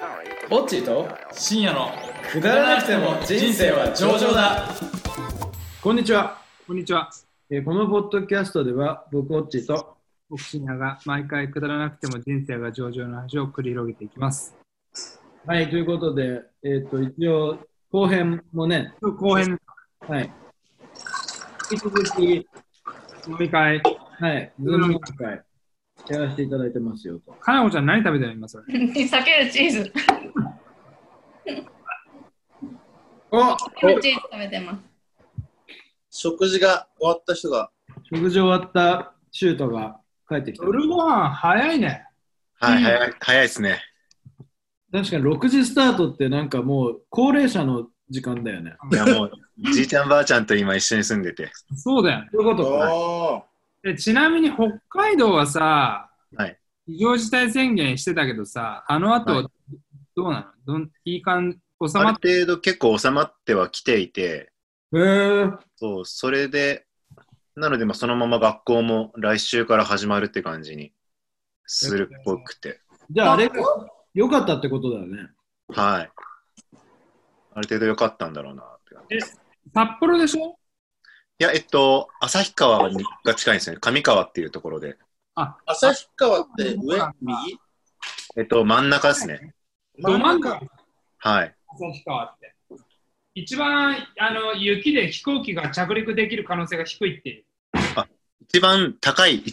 オッチーと深夜のくだらなくても人生は上々だ。 こんにちは。 こんにちは。 このポッドキャストでは僕オッチーと僕深夜が毎回くだらなくても人生が上々の話を繰り広げていきます。 はい、ということで、一応後編もね、 後編、 はい、引き続き飲み会、 はい、ズーム飲み会やらせていただいてますよと。 かなこちゃん何食べてる今それ？ 避けるチーズ。 お避けるチーズ食べてます。 食事が終わった人が。 食事終わったシュートが帰ってきた。 夜ご飯早いね。 はい、早いですね。 確かに6時スタートってなんかもう高齢者の時間だよね。 いやもう、じいちゃんばあちゃんと今一緒に住んでて。 そうだよね。 そういうことか。 でちなみに北海道はさ、 はい、 非常事態宣言してたけどさ、あの後、 はい、 どうなの？いい感じ、収まある程度結構収まってはきていて、そう、それで、なのでそのまま学校も来週から始まるって感じにするっぽくて。 じゃああれが良かったってことだよね。 はい。ある程度良かったんだろうなって感じ。 札幌でしょ？ いや、旭川が近いんですよね。上川っていうところで。 旭川って上、右？ 真ん中ですね。 ど真ん中。 はい。 旭川って。一番雪で飛行機が着陸できる可能性が低いっていう。 一番高い。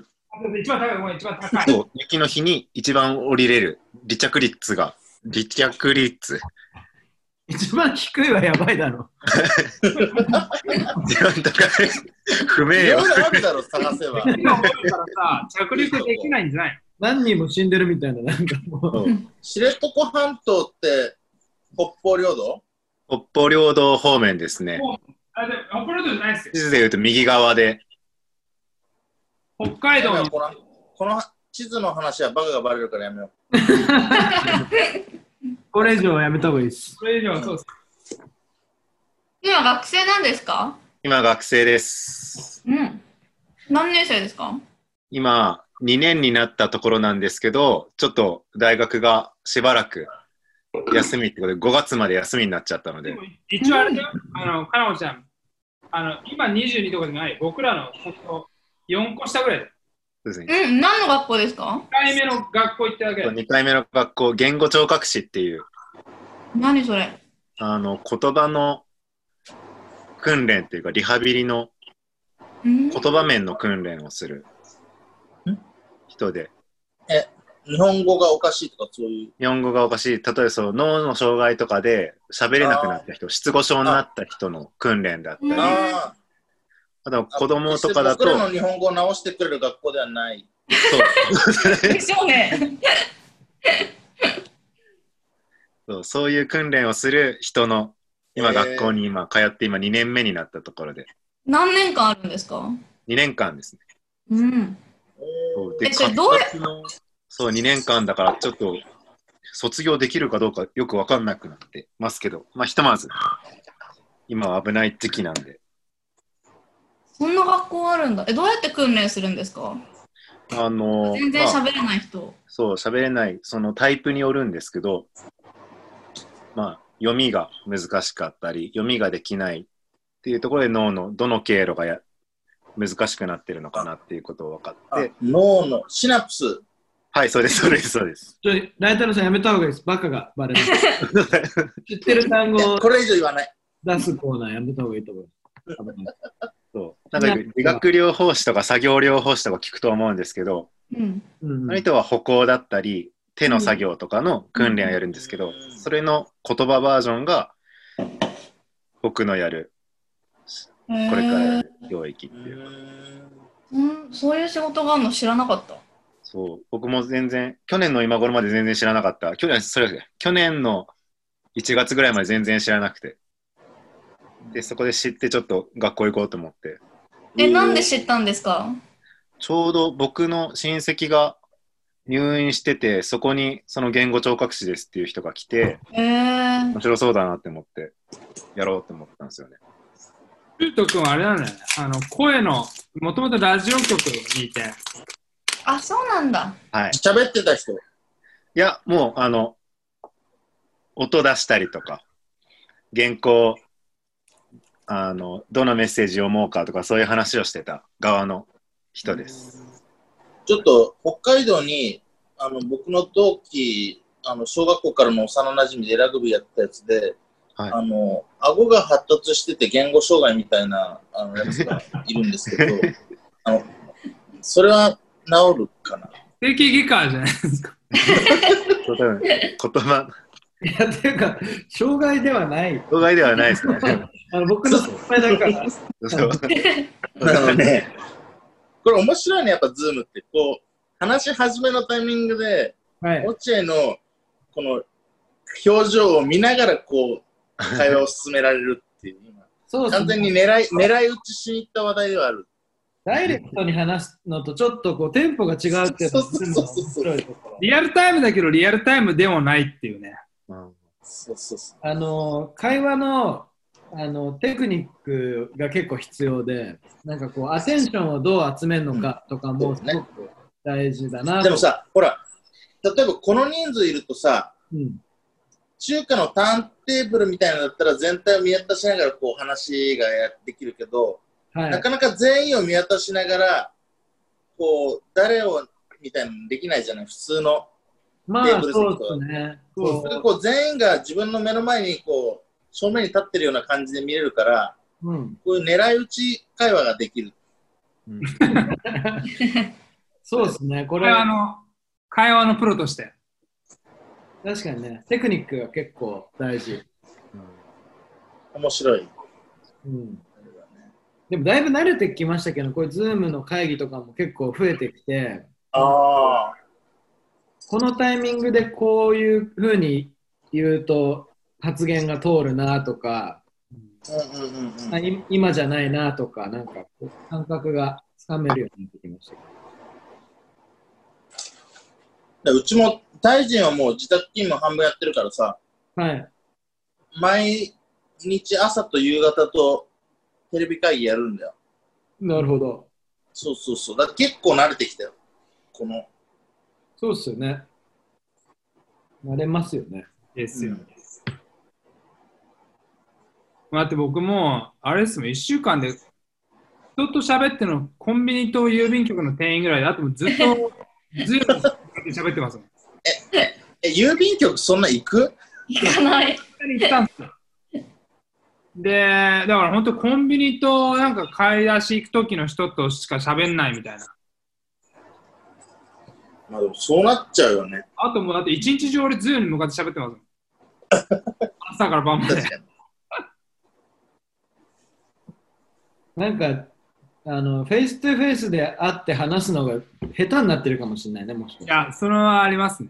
そう 、雪の日に一番降りれる離着率。 一番低いはやばいだろ。 一番高い。不明よ。 あるだろ、探せば。 今思うからさ、着陸できないんじゃないの？何人も死んでるみたいな、なんかもう。 知床半島って北方領土？ 北方領土方面ですね。 でも北方領土じゃないですよ。 地図で言うと右側で。 北海道の。 この地図の話はバカがバレるからやめよう。 これ以上はやめた方がいいです。 これ以上はそうです。 今学生なんですか？ 今学生です。 うん。何年生ですか？ 今2年になったところなんですけど、ちょっと大学がしばらく休みってことで5月まで休みになっちゃったので。 一応あれだよ、かなこちゃん、今22とかじゃない、僕らの4個下ぐらいだよ。 そうですね。 何の学校ですか？ 2回目の学校行っただけだ。 2回目の学校、言語聴覚士っていう。 何それ？ 言葉の訓練っていうか、リハビリの言葉面の訓練をする人で。 日本語がおかしいとかそういう。 日本語がおかしい。例えば脳の障害とかで喋れなくなった人、失語症になった人の訓練だったり。あと子供とかだと。 僕らの日本語を直してくれる学校ではない。 そう。 でしょうね。 そういう訓練をする人の今学校に通って今2年目になったところで。 何年間あるんですか ？2年間ですね。 うん。 で、そう、2年間だからちょっと卒業できるかどうかよく分かんなくなってますけど、ひとまず今は危ない時期なんで。 そんな学校あるんだ。どうやって訓練するんですか？全然喋れない人。 そう、喋れない、そのタイプによるんですけど、読みが難しかったり、読みができないっていうところで脳のどの経路が難しくなってるのかなっていうことを分かって。 脳のシナプス。 はい、そうです。 ライターさんやめた方がいいです。バカがバレる。知ってる単語をこれ以上言わない。 出すコーナーやめた方がいいと思います。 なんか理学療法士とか作業療法士とか聞くと思うんですけど、あの人は歩行だったり手の作業とかの訓練をやるんですけど、それの言葉バージョンが僕のやるこれからやる領域っていうか、 そういう仕事があるの知らなかった。 そう、僕も全然去年の今頃まで全然知らなかった。去年の1月ぐらいまで全然知らなくて、でそこで知ってちょっと学校行こうと思って。 なんで知ったんですか？ ちょうど僕の親戚が入院してて、そこにその言語聴覚士ですっていう人が来て、面白そうだなって思ってやろうと思ったんですよね。 ゆうとくんはあれなんだよね、声のもともとラジオ局にいて。 あ、そうなんだ。 はい。 喋ってた人。 いや、もう音出したりとか、原稿、どのメッセージ読もうかとか、そういう話をしてた側の人です。 ちょっと北海道に僕の同期、小学校からの幼馴染でラグビーやってたやつで、はい、顎が発達してて言語障害みたいなやつがいるんですけどそれは治るかな。 整形外科じゃないですか。 言葉いや、っていうか、障害ではない。 障害ではないですね。 僕の先輩だから。 これ面白いね、やっぱズームって。こう、話し始めのタイミングで、落合のこの表情を見ながら、こう、会話を進められるっていう。そう完全に狙い撃ちしに行った話題ではある。 ダイレクトに話すのとちょっとこうテンポが違うっていうのがリアルタイムだけどリアルタイムでもないっていうね。 会話のテクニックが結構必要で、なんかこうアテンションをどう集めるのかとかもすごく大事だな、 でもさ、ほら、例えばこの人数いるとさ、中華のターンテーブルみたいなのだったら全体を見渡しながらこう話ができるけど、なかなか全員を見渡しながらこう誰をみたいなのできないじゃない、普通のテーブル席とか。それこう全員が自分の目の前にこう正面に立ってるような感じで見れるから、こういう狙い撃ち会話ができる。 そうですね。これ会話のプロとして。 確かにね、テクニックが結構大事。 面白い。 でもだいぶ慣れてきましたけど、これ Zoom の会議とかも結構増えてきて、このタイミングでこういうふうに言うと発言が通るなとか、今じゃないなとか、なんか感覚がつかめるようになってきました。 うちも大臣はもう自宅勤務半分やってるからさ、毎日朝と夕方とテレビ会議やるんだよ。 なるほど。 そうそうそう。だから結構慣れてきたよ。 そうっすよね。慣れますよね。 ですよ。待って僕もあれですもん、1週間で人と喋ってのコンビニと郵便局の店員ぐらいで、あともずっとずっと喋ってますもん。 郵便局そんな行く？ 行かない。 行ったんですよ。で、だから本当コンビニとなんか買い出し行く時の人としか喋んないみたいな。 まあでもそうなっちゃうよね。 あともうだって一日中俺ズームに向かって喋ってますもん。朝から晩まで。 なんかフェイス2フェイスで会って話すのが下手になってるかもしれないね、もしかして。 いや、それはありますね。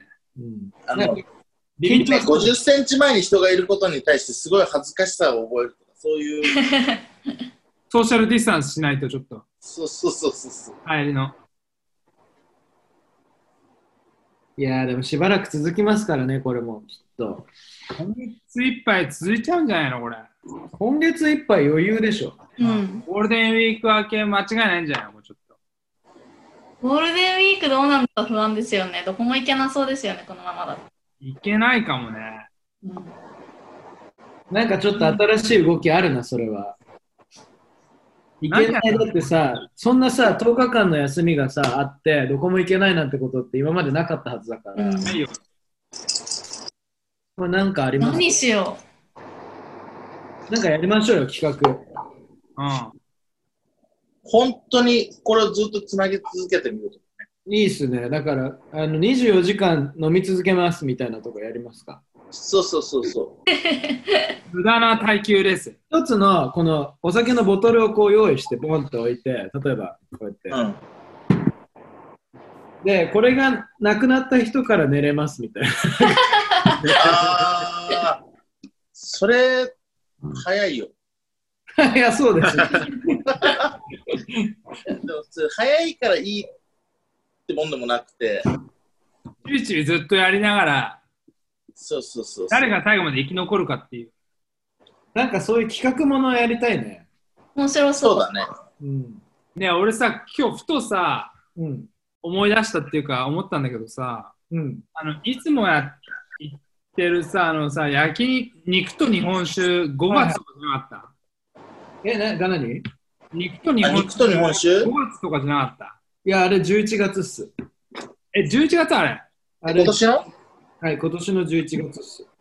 50センチ前に人がいることに対してすごい恥ずかしさを覚えるとか、そういうソーシャルディスタンスしないとちょっと。 そう。 入りの。 いやーでもしばらく続きますからね、これもきっと。 今月いっぱい続いちゃうんじゃないのこれ。 今月いっぱい余裕でしょ。 ゴールデンウィーク明け間違いないんじゃないのもうちょっと。 ゴールデンウィークどうなんだか不安ですよね。どこも行けなそうですよね、このままだと。 行けないかもね。 なんかちょっと新しい動きあるな、それは。行けない。だってさ、そんなさ、10日間の休みがさ、あって、どこも行けないなんてことって今までなかったはずだから。 ないよ。 これなんかあります？ 何しよう。なんかやりましょうよ、企画。 本当にこれをずっとつなぎ続けてみるとね。 いいっすね。だから24時間飲み続けますみたいなとこやりますか？ そう。 無駄な耐久レース。 一つのこのお酒のボトルをこう用意してボンと置いて、例えばこうやって、でこれがなくなった人から寝れますみたいな。 それ早いよ。 いやそうです。でも早いからいいってもんでもなくて、 ちびちびずっとやりながら。 そう。 誰が最後まで生き残るかっていう。 なんかそういう企画ものをやりたいね。 面白そう。 そうだね。 ね、俺さ、今日ふとさ、思い出したっていうか思ったんだけどさ、いつもてるさ、焼肉と日本酒5月とかじゃなかった？ 何？ 肉と日本酒 ?5 月とかじゃなかった？ いや、あれ11月っす。 11月あれ？ 今年の？ はい、今年の11月っす。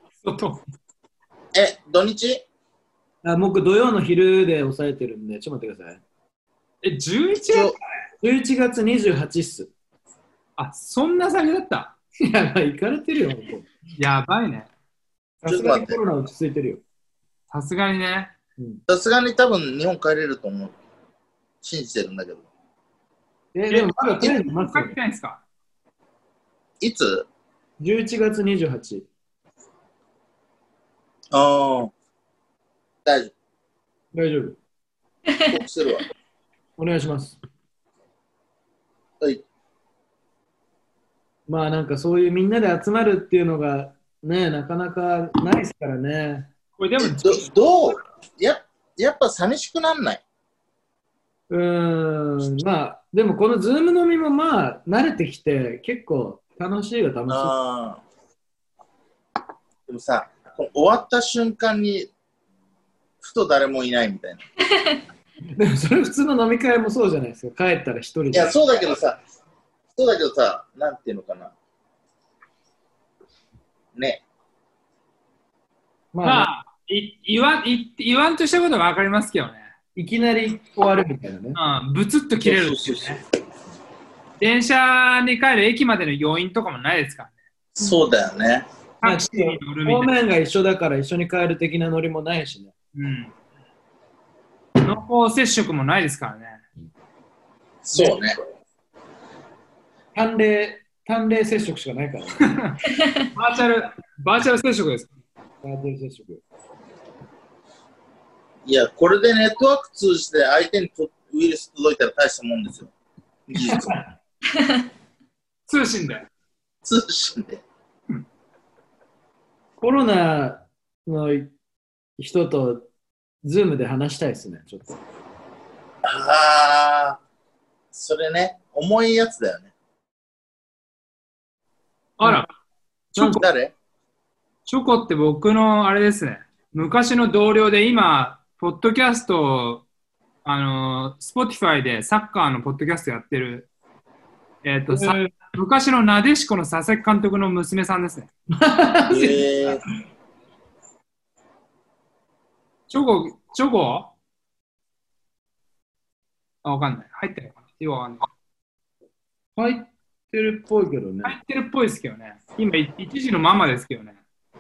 土日？ 僕、土曜の昼で抑えてるんで、ちょっと待ってください。 11月 ？11月28っす。 あ、そんな先だった？ いや、行かれてるよ。 やばいね。 さすがにコロナ落ち着いてるよ。 さすがにね。 さすがに多分日本帰れると思う。信じてるんだけど。 でもまだ帰ってますよ。 帰ってないんですか？ いつ？ 11月28。 ああ。大丈夫。 報告するわ。 お願いします。 はい。 まあなんかそういうみんなで集まるっていうのがね、なかなかないですからね。 これでもどうやっぱ寂しくなんない？ まあでもこのズーム飲みもまあ慣れてきて結構楽しいは楽しい。 でもさ、終わった瞬間にふと誰もいないみたいな。 でもそれ普通の飲み会もそうじゃないですか。帰ったら一人で。 いや、そうだけどさ、なんていうのかな。ね。 まあ、言わんとしたことが分かりますけどね。 いきなり終わるみたいなね。 ブツッと切れるっていうね。電車に帰る駅までの要因とかもないですからね。 そうだよね。 タクシーに乗るみたいな。方面が一緒だから一緒に帰る的なノリもないしね。 濃厚接触もないですからね。 そうね。 単例接触しかないから、ね。 バーチャル接触です。 バーチャル接触。 いや、これでネットワーク通じて相手にウイルス届いたら大したもんですよ。技術も。 通信で。 コロナの人とズームで話したいですね、ちょっと。 ああ、それね、重いやつだよね。 あら、 誰？ チョコって僕のあれですね、昔の同僚で今、ポッドキャスト、Spotify でサッカーのポッドキャストやってる、昔のなでしこの佐々木監督の娘さんですね。チョコわかんない。入ってるかな？よくわかんない。 入ってるっぽいけどね。 入ってるっぽいですけどね。今、一時のママですけどね。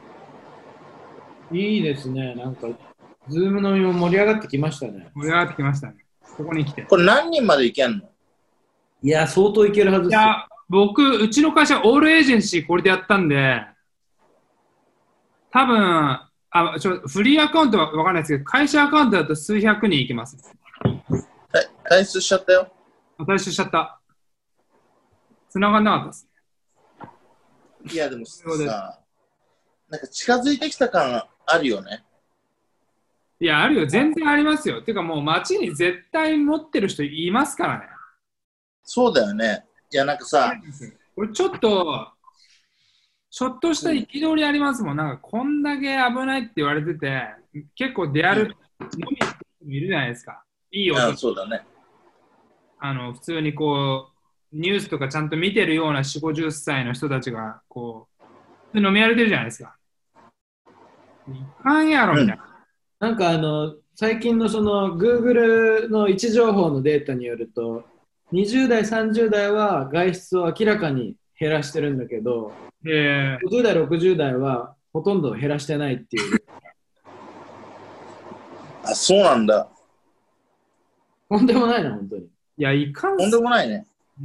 いいですね。なんか、ズーム飲みも盛り上がってきましたね。 盛り上がってきましたね。ここに来て。 これ何人までいけんの？ いや、相当いけるはずです。 いや、うちの会社、オールエージェンシーこれでやったんで、多分、フリーアカウントはわかんないですけど、会社アカウントだと数百人いけます。 退出しちゃったよ。 退出しちゃった。繋がんなかったです。 いや、でもさ、なんか近づいてきた感あるよね。 いや、あるよ。全然ありますよ。てかもう街に絶対持ってる人いますからね。 そうだよね。いや、なんかさ、 これちょっとした憤りありますもん。なんかこんだけ危ないって言われてて、結構出歩くのみいるじゃないですか。いいよ。 そうだね。 普通にこう、ニュースとかちゃんと見てるような4、50歳の人たちが、こう、飲み歩いてるじゃないですか。いかんやろみたいな。 なんか最近のその Google の位置情報のデータによると、20代、30代は外出を明らかに減らしてるんだけど、50代、60代はほとんど減らしてないっていう。 あ、そうなんだ。 とんでもないな、本当に。 いや、いかんとんでもないね。 うん。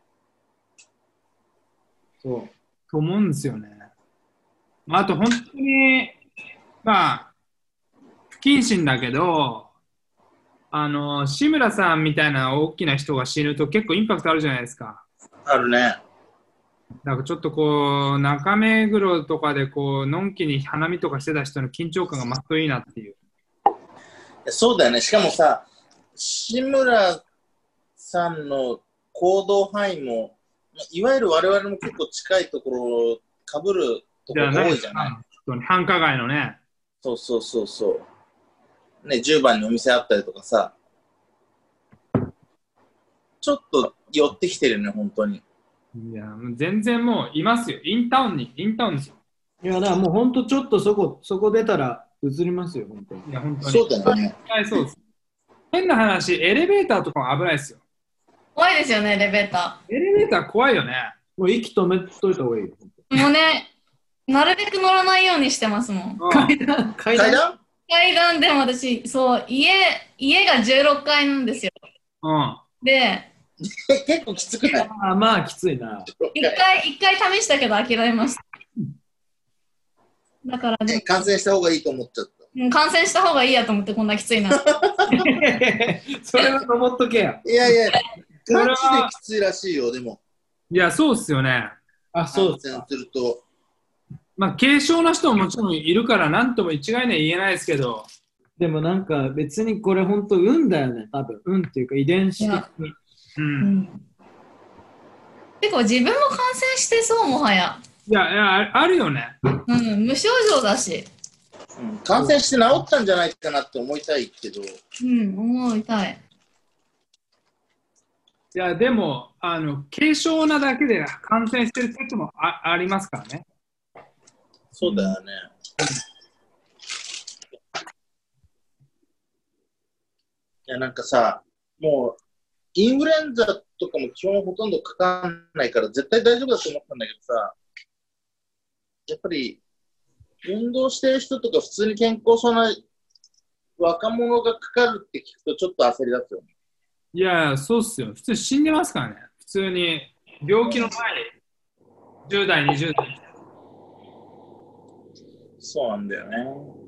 そう。 と思うんですよね。あと、本当に、まあ、不謹慎だけど、志村さんみたいな大きな人が死ぬと結構インパクトあるじゃないですか。 あるね。 なんかちょっとこう、中目黒とかでこう、のんきに花見とかしてた人の緊張感がまっといいなっていう。 そうだよね。しかもさ、志村さんの行動範囲も、いわゆる我々も結構近いところを被るとこが多いじゃない。 繁華街のね。 そうそうそうそう。ね、10番にお店あったりとかさ、ちょっと寄ってきてるね、本当に。 いや、全然もういますよ。インタウンですよ。 いや、だからもう本当ちょっとそこ出たら映りますよ、本当に。 いや、本当に。 そうだよね。 はい、そうです。変な話、エレベーターとかも危ないですよ。 怖いですよね、エレベーター。エレベーター怖いよね。 もう息止めといた方がいいよ。 もうね、なるべく乗らないようにしてますもん。 階段でも私、そう、家が16階なんですよ。で、 結構きつくない？ まあきついな。 一回試したけど諦めました。だからね、 感染した方がいいと思っちゃった。 感染した方がいいやと思ってこんなきついな。 それは登っとけや。 いやいや、ガチできついらしいよ、でも。 いや、そうっすよね。 あ、そうですか。すると。 まあ、軽症な人ももちろんいるから、なんとも一概には言えないですけど。 でもなんか別にこれ本当運だよね、多分。運っていうか遺伝子的に。 結構自分も感染してそう、もはや。 いや、あるよね。 無症状だし。 感染して治ったんじゃないかなって思いたいけど。 思いたい。 いや、でも、軽症なだけで感染してる説もありますからね。 そうだよね。いや、なんかさ、もう、インフルエンザとかも基本ほとんどかかんないから絶対大丈夫だと思ったんだけどさ、やっぱり運動してる人とか普通に健康そうな若者がかかるって聞くとちょっと焦りだすよね。 いや、そうっすよ。普通死んでますからね。普通に病気の前に10代、20代。 そうなんだよね。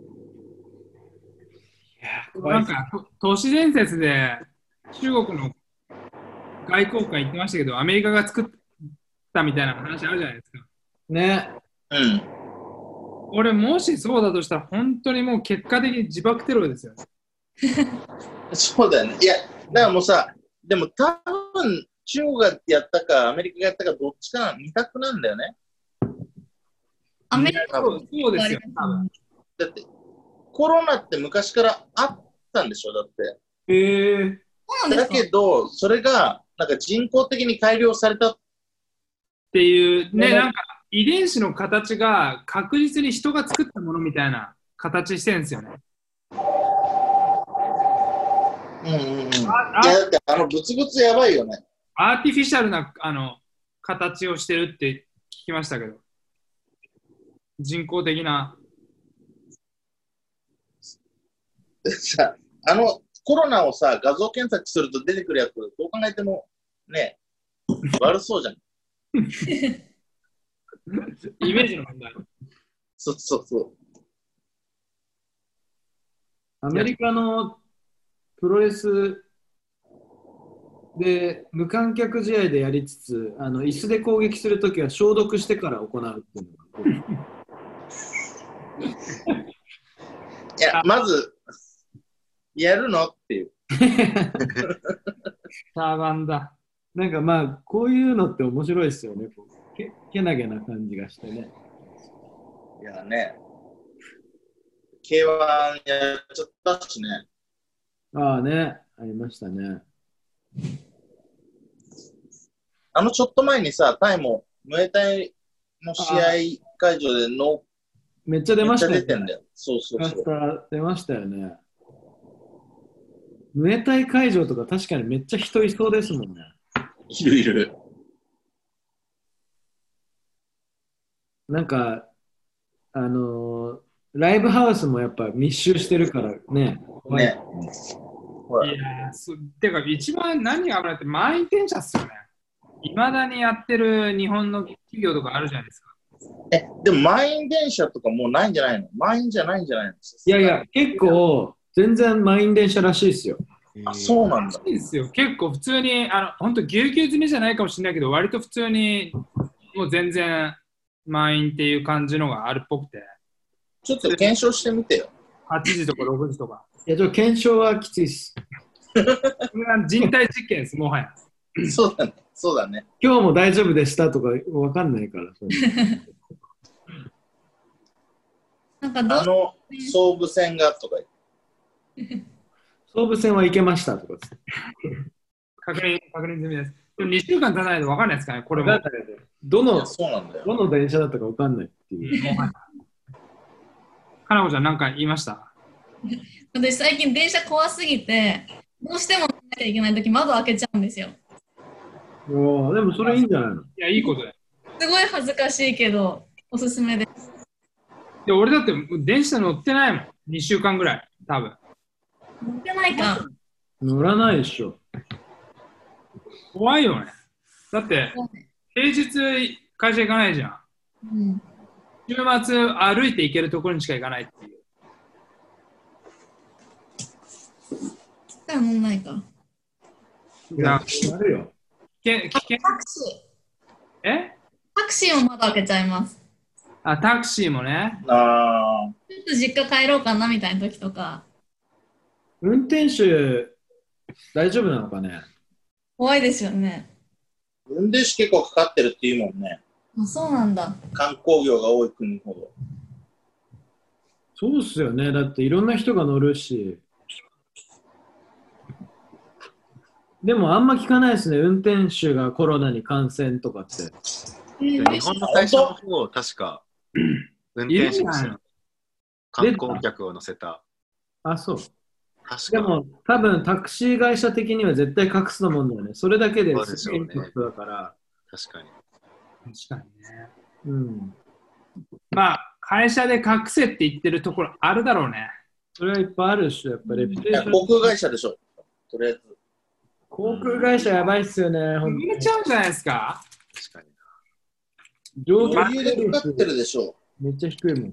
なんか都市伝説で中国の外交官言ってましたけど、アメリカが作ったみたいな話あるじゃないですか。 ね。 俺、もしそうだとしたら、本当にもう結果的に自爆テロですよね。 そうだよね。いや、だからもうさ、でも多分中国がやったか、アメリカがやったか、どっちか二択なんだよね。 アメリカそうですよ、多分。 だって、コロナって昔からあったんでしょ、だって。だけど、それがなんか人工的に改良されたっていうね、なんか遺伝子の形が確実に人が作ったものみたいな形してるんですよね。 いや、だってブツブツやばいよね。 アーティフィシャルな形をしてるって聞きましたけど。人工的な。 さ、コロナをさ、画像検索すると出てくるやつ、どう考えてもね、悪そうじゃん。 イメージの問題。 そうそうそう。 アメリカのプロレスで無観客試合でやりつつ、椅子で攻撃するときは消毒してから行うっていうのが。 いや、まず、やるのっていう。 サーバンだ。 なんかまあ、こういうのって面白いですよね。けなげな感じがしてね。 いやね。K1 やっちゃったしね。 ああね、ありましたね。 ちょっと前にさ、タイも、ムエタイの試合会場でめっちゃ出ましたね。 めっちゃ出てんだよ。そうそうそう。 出ましたよね。ムエタイ会場とか確かにめっちゃ人いそうですもんね。 いるいる。 なんか、ライブハウスもやっぱ密集してるからね。 ね。 いやてか一番何が危ないって満員電車っすよね。いまだにやってる日本の企業とかあるじゃないですか。 でも満員電車とかもうないんじゃないの？満員じゃないんじゃないの？ いやいや、結構全然満員電車らしいですよ。 あ、そうなんだ。 いいですよ。結構普通に、本当ぎゅうぎゅう詰めじゃないかもしれないけど、割と普通にもう全然満員っていう感じのがあるっぽくて。 ちょっと検証してみてよ。 8時とか6時とか。 いや、検証はきついっす。 人体実験です、もはや。 そうだね。そうだね。 今日も大丈夫でしたとかわかんないから。 総武線がとか言って。総武線は行けましたとか確認済みです。でも2週間経たないと分かんないですかね、これも。 どの電車だったか分かんないっていう。 かなこちゃん、何か言いました？ 私、最近電車怖すぎて、どうしても乗らなきゃいけないとき、窓開けちゃうんですよ。 でもそれいいんじゃないの？いや、いいことだよ。 すごい恥ずかしいけど、おすすめです。 で、俺だって電車乗ってないもん。2週間ぐらい、多分。 乗ってないか。 乗らないでしょ。 怖いよね。だって、平日会社行かないじゃん。うん、週末歩いて行けるところにしか行かないっていう。 乗んないか。 いや、あるよ。 タクシー。タクシーも窓開けちゃいます。 あ、タクシーもね。 ちょっと実家帰ろうかなみたいな時とか。 運転手、大丈夫なのかね？ 怖いですよね。 運転手結構かかってるっていうもんね。 あ、そうなんだ。 観光業が多い国ほど。 そうっすよね。だっていろんな人が乗るし。でもあんま聞かないですね。運転手がコロナに感染とかって。 日本の最初の方、確か運転手が観光客を乗せた。 あ、そう。でも多分タクシー会社的には絶対隠すと思うんだよね。それだけでスインパクトだから。 確かにね。 うん。 まあ、会社で隠せって言ってるところあるだろうね。 それはいっぱいあるし、やっぱり。 航空会社でしょ。とりあえず。 航空会社やばいっすよね。 入れちゃうんじゃないですか？ 確かにな。 上限でかかってるでしょ。 めっちゃ低いもん。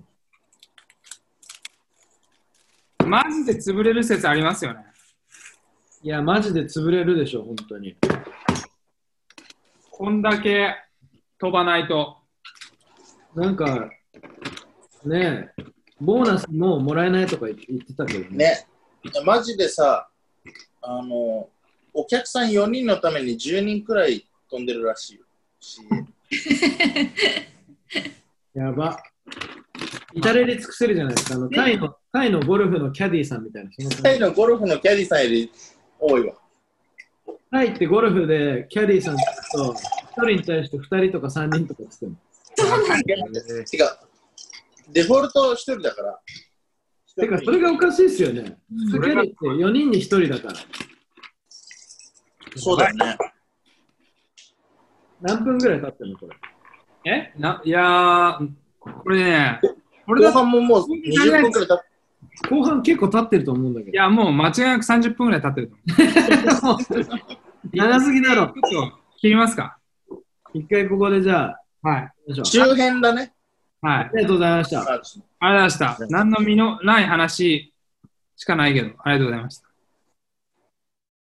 マジで潰れる説ありますよね。 いや、マジで潰れるでしょ、本当に。 こんだけ飛ばないと。 なんか、ねえ、ボーナスももらえないとか言ってたけどね。 ね、マジでさ、お客さん4人のために10人くらい飛んでるらしいよ。 やば。至れり尽くせるじゃないですか。タイのゴルフのキャディーさんみたいな。 タイのゴルフのキャディーさんより多いわ。 タイってゴルフでキャディーさんと1人に対して2人とか3人とかつくの。 そうなんだ。違う。デフォルト1人だから。 てか、それがおかしいですよね。キャディーって4人に1人だから。 そうだよね。 何分ぐらい経ってるのこれ？ いやー、これね、 後半ももう20分くらい経ってる。 後半結構経ってると思うんだけど。 いや、もう間違いなく30分ぐらい経ってると思う。 長すぎだろ。 ちょっと切りますか。 一回ここでじゃあ。 はい。 周辺だね。 はい。 ありがとうございました。 ありがとうございました。何の身のない話しかないけど、ありがとうございました。